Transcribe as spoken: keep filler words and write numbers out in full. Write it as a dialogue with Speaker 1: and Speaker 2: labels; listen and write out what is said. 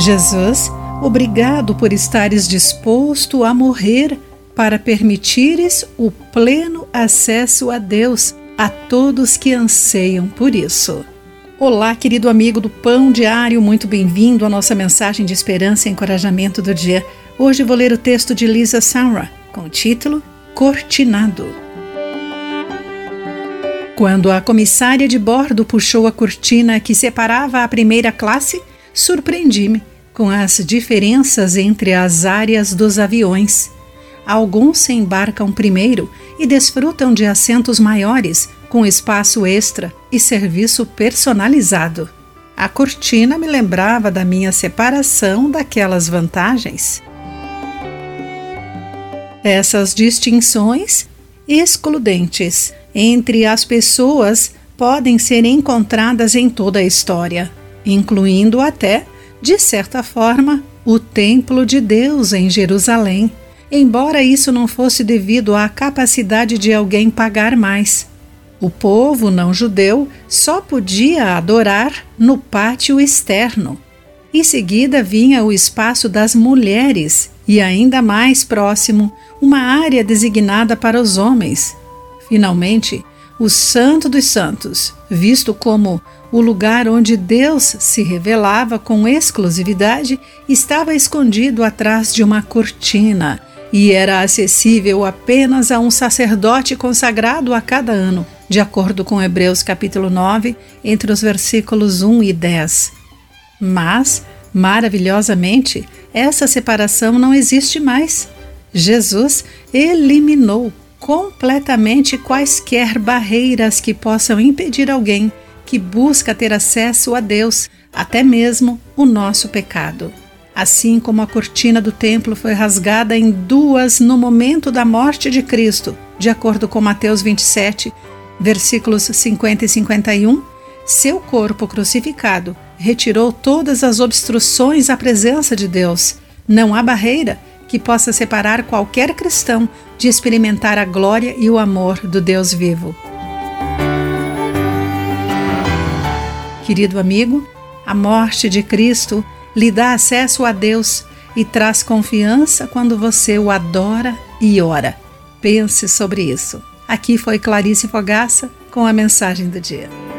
Speaker 1: Jesus, obrigado por estares disposto a morrer para permitires o pleno acesso a Deus a todos que anseiam por isso. Olá, querido amigo do Pão Diário, muito bem-vindo à nossa mensagem de esperança e encorajamento do dia. Hoje vou ler o texto de Lisa Samra, com o título Cortinado. Quando a comissária de bordo puxou a cortina que separava a primeira classe, surpreendi-me com as diferenças entre as áreas dos aviões. Alguns se embarcam primeiro e desfrutam de assentos maiores, com espaço extra e serviço personalizado. A cortina me lembrava da minha separação daquelas vantagens. Essas distinções excludentes entre as pessoas podem ser encontradas em toda a história, incluindo até, de certa forma, o Templo de Deus em Jerusalém, embora isso não fosse devido à capacidade de alguém pagar mais. O povo não-judeu só podia adorar no pátio externo. Em seguida vinha o espaço das mulheres e, ainda mais próximo, uma área designada para os homens. Finalmente, o Santo dos Santos, visto como o lugar onde Deus se revelava com exclusividade, estava escondido atrás de uma cortina e era acessível apenas a um sacerdote consagrado a cada ano, de acordo com Hebreus capítulo nove, entre os versículos um e dez. Mas, maravilhosamente, essa separação não existe mais. Jesus eliminou completamente quaisquer barreiras que possam impedir alguém que busca ter acesso a Deus, até mesmo o nosso pecado. Assim como a cortina do templo foi rasgada em duas no momento da morte de Cristo, de acordo com Mateus vinte e sete, versículos cinquenta e cinquenta e um, seu corpo crucificado retirou todas as obstruções à presença de Deus. Não há barreira que possa separar qualquer cristão de experimentar a glória e o amor do Deus vivo. Querido amigo, a morte de Cristo lhe dá acesso a Deus e traz confiança quando você o adora e ora. Pense sobre isso. Aqui foi Clarice Fogaça com a mensagem do dia.